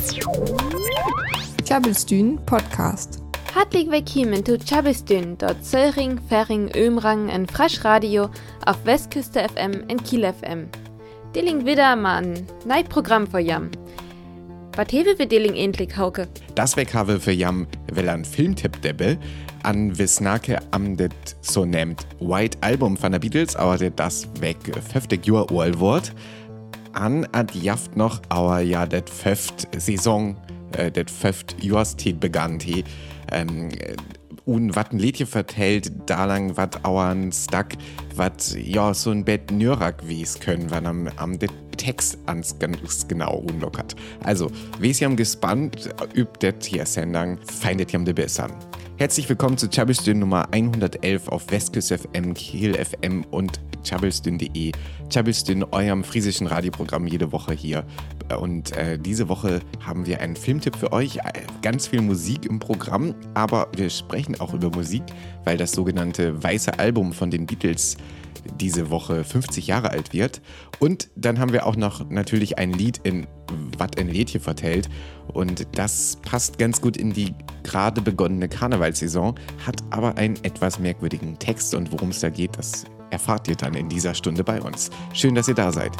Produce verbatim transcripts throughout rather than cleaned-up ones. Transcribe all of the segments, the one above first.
Tjabelstün Podcast. Hartelijk willkommen zu Tjabelstün, dort Zöllring, Ferring, Ömrang en Fresh Radio auf Westküste F M en Kiel F M. Dilling wieder mal ein neues Programm für Jam. Was haben wir Dilling endlich, Hauke? Das weg habe für Jam will ein Filmtipp debbe, an Wisnake am det so nennt White Album von der Beatles, aber das weg fünfzig Jahre alt wird. An ad jaft noch, aber ja, det fünft Saison, äh, det fünft Jahreszeit begann, die, ähm, und wat ein Liedje vertellt, da lang wat auern stack, wat ja so ein Bett Nürrak wies können, wann am, am det Text ans ganz genau unlockert. Also, wies jam gespannt, übt det hier Sendung, feindet jam de besser. Herzlich willkommen zu Tjabelstün Nummer hundertelf auf Westküste F M, Kiel F M und tjabelstün punkt de. Tjabelstün, eurem friesischen Radioprogramm jede Woche hier. Und äh, diese Woche haben wir einen Filmtipp für euch. Ganz viel Musik im Programm, aber wir sprechen auch über Musik, weil das sogenannte Weiße Album von den Beatles diese Woche fünfzig Jahre alt wird. Und dann haben wir auch noch natürlich ein Lied in Wat ein Liedje vertellt. Und das passt ganz gut in die gerade begonnene Karnevalssaison, hat aber einen etwas merkwürdigen Text. Und worum es da geht, das erfahrt ihr dann in dieser Stunde bei uns. Schön, dass ihr da seid.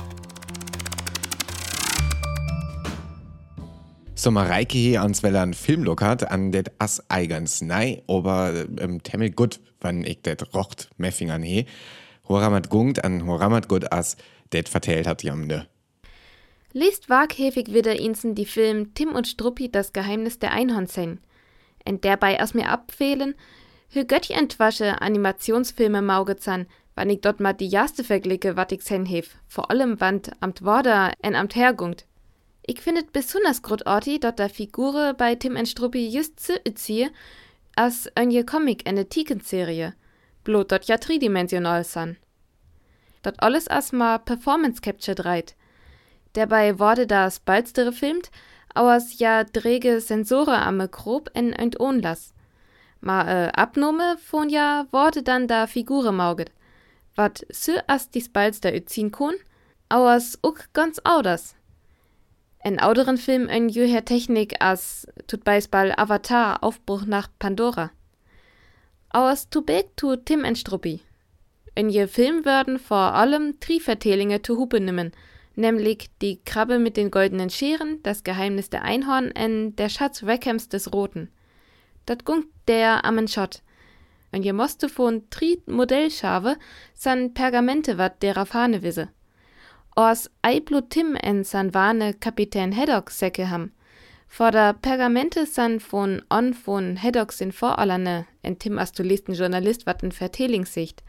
So, Mareike hier ans Weller einen Film lockert, an det as eigens nei, aber ähm, temmel gut, wann ich det rocht Meffingern he. Horamat gungt an Horamat gut as, det vertellt hat jam ne. Liest waghäfig wieder insen die Film Tim und Struppi, das Geheimnis der Einhornsen. Und dabei aus mir abfehlen, hü götti entwasche Animationsfilme maugezahn, wann ich dort mal die erste verglicke, wat ich sen hef, vor allem wann amt Worda en amt hergungt. Ich findet besonders großartig, dort der Figur bei Tim und Struppi just so üzie, als eine Comic eine Tikenserie, bloß dort ja dreidimensional san. Dort alles as ma Performance Capture dreit. Dabei wurde das baldstere filmt, auers ja drege Sensore am Mikrob en und onlas. Ma äh, Abnahme von ja wurde dann da Figure mauget. Wat so as dies balster üzien kon, auers uck ganz auders. En auderen Film en jüher Technik as tut beisball Avatar Aufbruch nach Pandora. Auers tu beg tu Tim en Struppi. In je Film werden vor allem drei Vertellingen zu Hupe nimmen, nämlich die Krabbe mit den goldenen Scheren, das Geheimnis der Einhorn en der Schatz Rackhams des Roten. Dat gungt der ammen Schott. Und je moste von drei Modellschabe san Pergamente wat derer Fahne wisse. Ors eiblo Tim en san Warne Kapitän Haddock säcke ham. Vor der Pergamente san von on von Haddock sin vorallerne, en Tim as du listen Journalist wat en Vertellingssicht.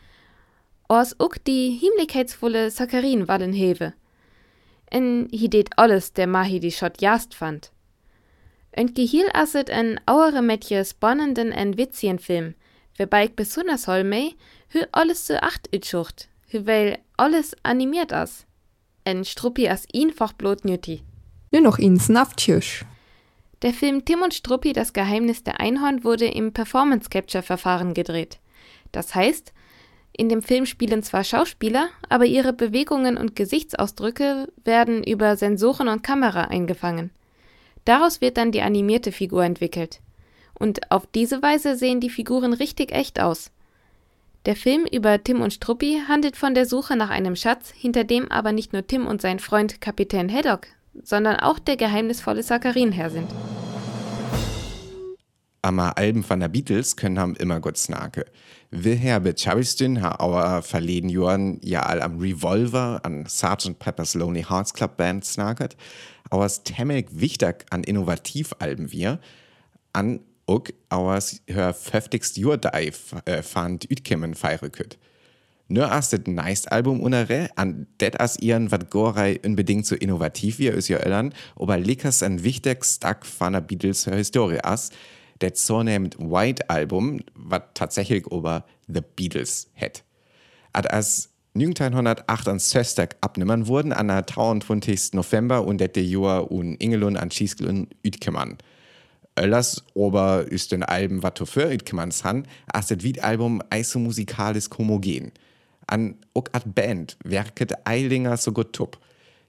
Ors uck die himmlichkeitsvolle Saccharin wallen hewe. En hi det alles, der Mahi die Schott jast fand. Und gehiel asset en auere Mädje spannenden en witzien Film, wobei ich besonders hol mei, hü alles so acht ütschucht, hü weil alles animiert as. En Struppi as einfach blot nüti. Nur noch ins Naftjösch. Der Film Tim und Struppi, das Geheimnis der Einhorn, wurde im Performance-Capture-Verfahren gedreht. Das heißt, in dem Film spielen zwar Schauspieler, aber ihre Bewegungen und Gesichtsausdrücke werden über Sensoren und Kamera eingefangen. Daraus wird dann die animierte Figur entwickelt. Und auf diese Weise sehen die Figuren richtig echt aus. Der Film über Tim und Struppi handelt von der Suche nach einem Schatz, hinter dem aber nicht nur Tim und sein Freund Kapitän Haddock, sondern auch der geheimnisvolle Saccharin her sind. Aber Alben von der Beatles können haben immer gut snake. Wir haben Tjabelstün ha auer verleden Jahren ja all am Revolver an Sergeant Pepper's Lonely Hearts Club Band snakert, auers temmelig wichtig an Innovativalben wir, an uck auers hör fünfzigst Jahr dai äh, fand ütkemmen feiere küt. Nur as det neist Album unere, an det as ihren wat gorei unbedingt so innovativ wie is ja öllern, aber likas an wichtig Stack von der Beatles Historie as, det so nehmt White Album, wat tatsächlich über The Beatles het. Ad as neunzehnhundertachtundsiebzig abnimmern wurden an der zweiundzwanzigsten November und dette Jahr un Ingelun an Schießgelun ütkemmern. Öllers ober ist den Alben wat für ütkemanns han, as det Wied Album eiso musikalisch homogen. An ok at Band werket Eilinger so gut tup.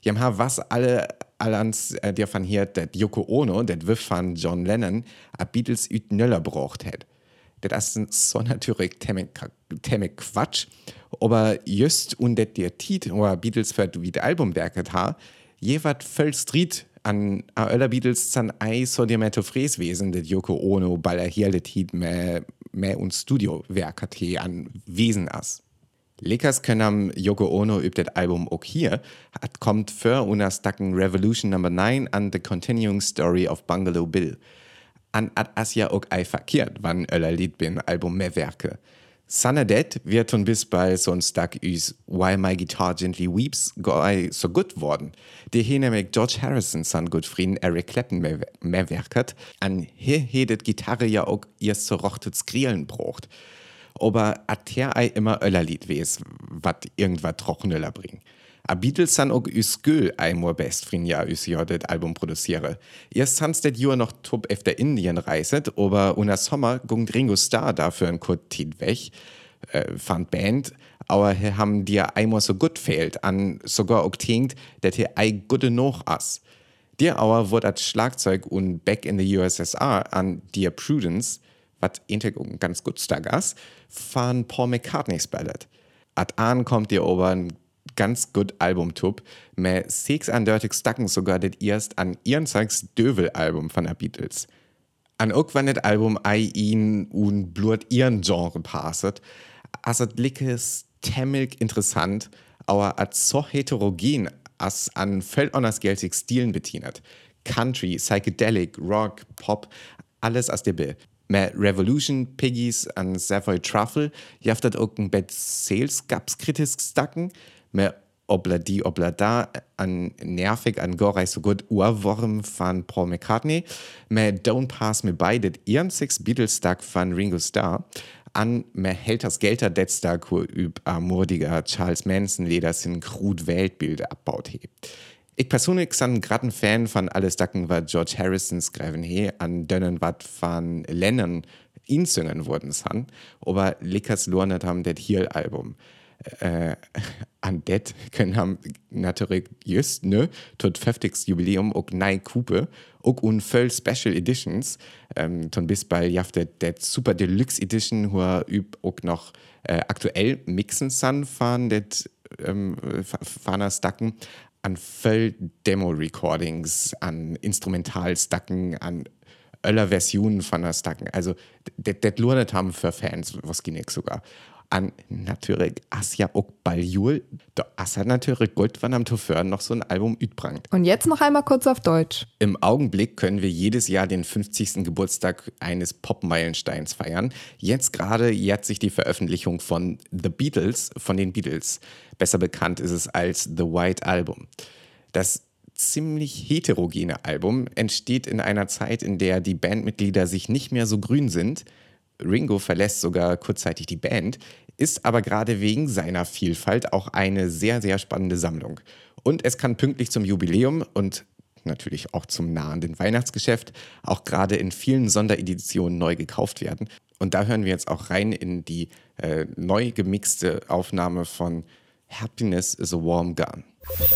Jam ha was alle allans äh, dir van hier, dat Yoko Ono, dat Wiff von John Lennon, a Beatles üt Nöller braucht hätt. Das ist so natürlich temmig Quatsch, aber just und det der Tiet oder Beatles für wie das Album werket ha, jeweils voll Street an aller Beatles zan ei so die Metofreswesen, det Yoko Ono, weil er hier det Tiet mehr mehr und Studio werket he an Wesen as. Leckers können am Yoko Ono üb das Album auch hier, hat kommt für unas Dacken Revolution Number nine an The Continuing Story of Bungalow Bill. An ad as ja auch ei verkehrt, wann öller Lied bin Album mehr Werke. Sanne det wird und bis bei so ein Stack üs While My Guitar Gently Weeps go ei so gut worden. Die he nämlich George Harrison san gut Frieden Eric Clapton mehr, mehr werket, an hier hedet Gitarre ja auch erst so rochtet Skrielen braucht. Aber at her ei immer öller Lied wes, wat irgendwas Trockenöller bring. A Beatles san auch üs Göl einmal best frin ja üs ja das Album produziere. Erst sans det Jahr noch top efter Indien reiset, aber unter Sommer gung Ringo Starr dafür ein kurz Tid weg, äh, fand Band, aber he haben dir einmal so gut fehlt, an sogar auch tinkt, dat he ei gute noch as. Dir aber wurde das Schlagzeug und Back in the U S S R an Dear Prudence, wat integrum ganz gut stark as, von Paul McCartney's Ballad. At an kommt dir aber ein ganz gut Albumtub, mit sechs andörtig Stacken sogar das erst an ihren Zeugs Dövel-Album von der Beatles. An auch wenn das Album ei ihn und blut ihren Genre passet, also lickes temmig interessant, aber als so heterogen as an völlig andersgeltig Stilen betienert. Country, Psychedelic, Rock, Pop, alles aus der Bill. Mit Revolution, Piggies an Savoy Truffle, jaftet auch ein Bett Sales gab's kritisch Stacken, mit obla die, obla da, an nervig, an gorei so gut Urwurm von Paul McCartney, mit Don't Pass Me By, det ihren six Beatles-Stack von Ringo Starr, an mit Helters Gelter det-Stack, wo üb amordiger Charles Manson-Leder sin krud Weltbilder abbaut he. Ich persönlich san grad ein Fan von alles Stacken, was George Harrison schreiben he, an dönnen wat von Lennon ihn singen wurden san, aber lickers lornet haben det hier Album. Äh, an det können haben natürlich just, ne, tot fünfzigsten Jubiläum auch nei Kupe, auch un voll Special Editions, ähm, ton bis bei jaftet det Super Deluxe Edition, wo er üb auch noch äh, aktuell mixen san von det ähm, faner Stacken, an voll Demo-Recordings, an Instrumentalstacken, an öller Versionen von der Stacken. Also, det lohnt haben für Fans, was geht sogar. An natürlich, as ja auch Baljul, da as hat natürlich Gold, wann am Tofeur noch so ein Album übrangt. Und jetzt noch einmal kurz auf Deutsch. Im Augenblick können wir jedes Jahr den fünfzigsten Geburtstag eines Pop-Meilensteins feiern. Jetzt gerade jährt sich die Veröffentlichung von The Beatles, von den Beatles. Besser bekannt ist es als The White Album. Das ziemlich heterogene Album entsteht in einer Zeit, in der die Bandmitglieder sich nicht mehr so grün sind. Ringo verlässt sogar kurzzeitig die Band, ist aber gerade wegen seiner Vielfalt auch eine sehr, sehr spannende Sammlung. Und es kann pünktlich zum Jubiläum und natürlich auch zum nahenden Weihnachtsgeschäft auch gerade in vielen Sondereditionen neu gekauft werden. Und da hören wir jetzt auch rein in die äh, neu gemixte Aufnahme von Happiness is a Warm Gun.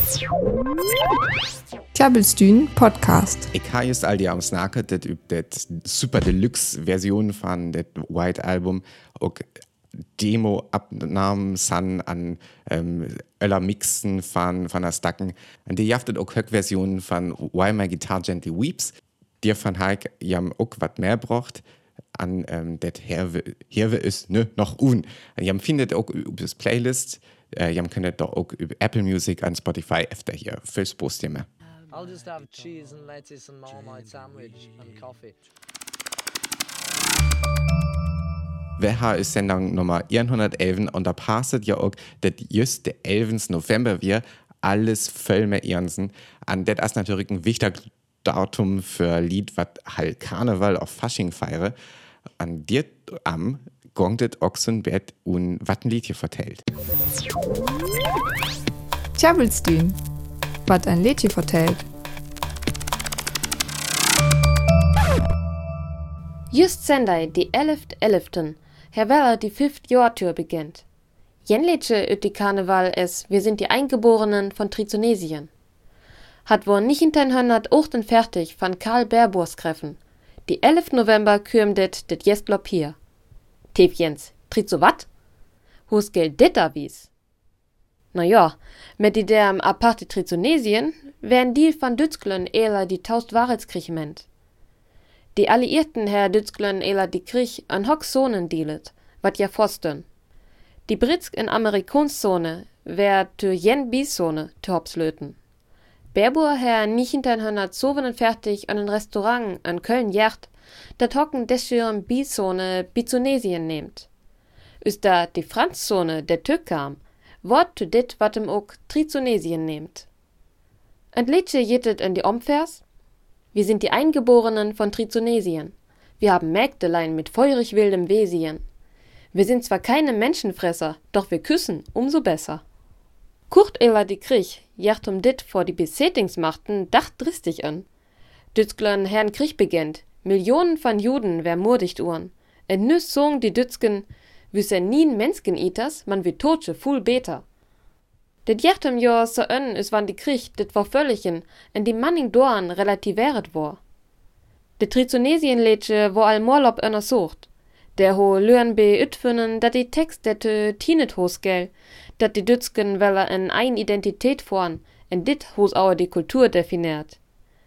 Tjabelstühn Podcast. Ich habe just all die am Snacken, das übt das Super Deluxe Version von das White Album, auch Demo-Abnahmen san an ähm, öller Mixen von, von der Stacken. Und die jaftet auch Höck-Versionen von While My Guitar Gently Weeps, die von Hulk jam auch was mehr braucht. An ähm, das Herwe ist ne, noch un. Jam findet auch über das Playlist. Äh, jam könnt doch auch über Apple Music an Spotify öfter hier. Viel Spaß dir mehr. I'll just have cheese and lettuce and Marmite sandwich and coffee. Wir haben Sendung Nummer hundertelf und da passet ja auch, dass just der elften November wir alles voll mehr Ehrensen. An das ist natürlich ein wichtiger Datum für Lied, was halt Karneval auf Fasching feiere. An dir am gongtet Ochsenbett und wat ein Lied hier vertellt. Tjabelstühn, wat ein Liedje vertellt. Just Sendai, die elften elften Herr Weller die fünfte Jahrtür beginnt. Jen Liedje üt die Karneval es Wir sind die Eingeborenen von Trizonesien. hat wohl neunzehnhundertachtundvierzig von Karl Berburs treffen. Die elften November küm dit dit jestlop hier. Teef Jens, tritt so wat? Hus geld dit da wies? Na ja, mit die derm aparte Trizonesien wären die van Dützglön eler die taust Wahrheitskriechment. Die Alliierten Herr Dützglön eler die Krieg an Hocksonen dealet, wat ja forstön. Die Britsk in Amerikonszone wär tö jen Bisone tö hopslöten. Berbur Herr neunzehnhundertzweiundvierzig an ein Restaurant an Köln jacht, dat hocken deschirm Bisone Bizonesien nehmt. Üs da die Franzzone der Tö kam, wort tö dit watem ook Trizonesien nehmt. Und Litsche jittet in die Omvers? Wir sind die Eingeborenen von Trizonesien. Wir haben Mägdelein mit feurig wildem Wesien. Wir sind zwar keine Menschenfresser, doch wir küssen umso besser. Kurt eler die Krieg, jacht um dit vor die Besätingsmachten dacht dristig an. Dützglön Herrn Krieg beginnt, Millionen von Juden wär murdigt uhren. En nüs song die Dützgen, wüsse nien Mensken iters, man wie Totsche fuhl beter. Det jacht um Jahr so ön, es wann die Krieg, dit war völligen, en die Manning Dorn relativeret war. De Trizonesien-Lätsche wo all Morlob önner sucht. Der ho lören be ütfünnen, dat die Text det tinet hos gell, dat die Dützgen weller en ein Identität vorn, en dit hos auer die Kultur definiert.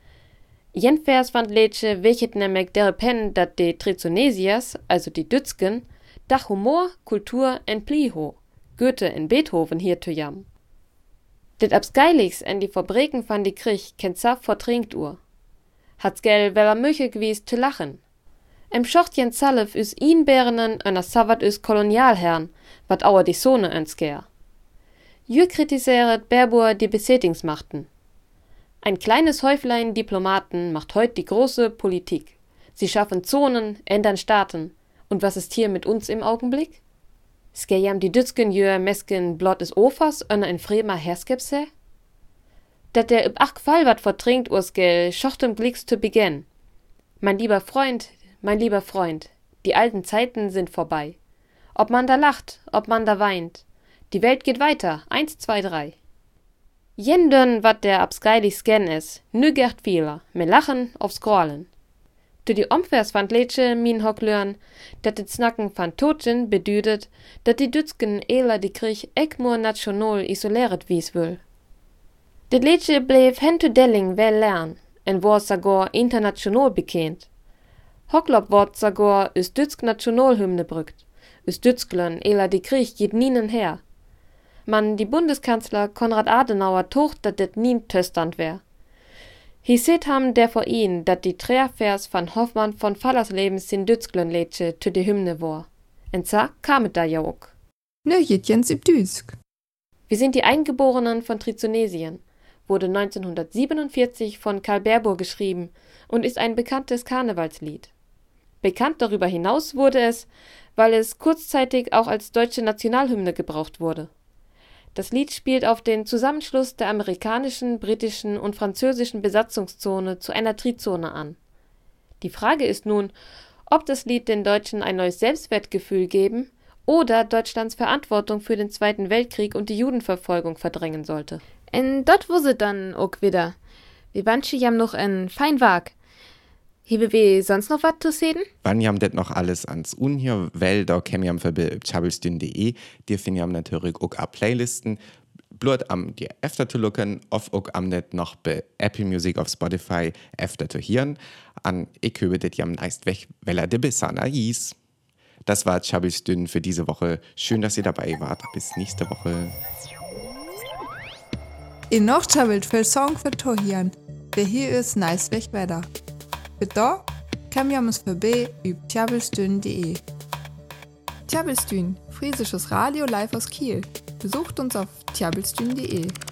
Jenfers fand Lätsche welchet nämlich der Pen, dat die Trizonesiers, also die Dützgen, dach Humor, Kultur en Pliho, Goethe en Beethoven hier zu jam. Dit absgeiligs en die Fabriken van die Krieg kennt sa vertrinkt ur. Hat's gell weller möche gewies zu lachen. Em Schochtjen Zalef üs Inbärenen einer Savat üs Kolonialherrn, wat auer die Sohne önsker. Jür kritiseret Berbur die Besätingsmachten. Ein kleines Häuflein Diplomaten macht heut die große Politik. Sie schaffen Zonen, ändern Staaten. Und was ist hier mit uns im Augenblick? Skejam die Dützgen jür mesken blot is Ofers önner ein fremer Herskepse? Dat der üb ach Fall wat vertrinkt ursgel schochtem Glicks zu beginn. Mein lieber Freund, mein lieber Freund, die alten Zeiten sind vorbei. Ob man da lacht, ob man da weint, die Welt geht weiter, eins, zwei, drei. Jendön wat der abskeilig scan is, nügert vieler, me lachen auf Scrollen. Zu die Omvers fand Lätsche min hock lörn, dat dit Snacken van Totschen bedüdet, dat die Dützgen eler die Krieg ekmur national isoleret wies will. Dit Lätsche bleef hen zu Delling wel lern, en war sagor international bekannt. Hocklop wort sagor üs Dützg Nationalhymne brückt, üs Dützglön eler die Krieg geht nienen her. Man die Bundeskanzler Konrad Adenauer tocht, dat dit nien töstand wär. Hi seht ham der vor ihn, dat die Trärvers van Hoffmann von Fallerslebens sin Dützglön Lätsche zu de Hymne war. En sa kamet da ja ook. Nö, jet Jens im Düsk. Wir sind die Eingeborenen von Trizonesien, wurde neunzehnhundertsiebenundvierzig von Karl Berbur geschrieben und ist ein bekanntes Karnevalslied. Bekannt darüber hinaus wurde es, weil es kurzzeitig auch als deutsche Nationalhymne gebraucht wurde. Das Lied spielt auf den Zusammenschluss der amerikanischen, britischen und französischen Besatzungszone zu einer Trizone an. Die Frage ist nun, ob das Lied den Deutschen ein neues Selbstwertgefühl geben oder Deutschlands Verantwortung für den Zweiten Weltkrieg und die Judenverfolgung verdrängen sollte. En dort wo se dann ook wieder. Wir wanschen jam noch en Feinwag. Hebe wir sonst noch wat zu sehen? Wann jam det noch alles ans Un hier, weil da käm jam für chabelstün punkt de, dir find jam natürlich auch a Playlisten, blut am die öfter zu lucken, of auch am net noch bei Apple Music auf Spotify öfter zu hören, an ich höre det jam neist weg, weil er de besana is. Das war Chabelstün für diese Woche. Schön, dass ihr dabei wart. Bis nächste Woche. In noch chabelt für Song für Tohian, der hier ist nice weg weiter. Da kann wir uns vorbei über chabelstün punkt de. Chabelstün, friesisches Radio live aus Kiel. Besucht uns auf chabelstün punkt de.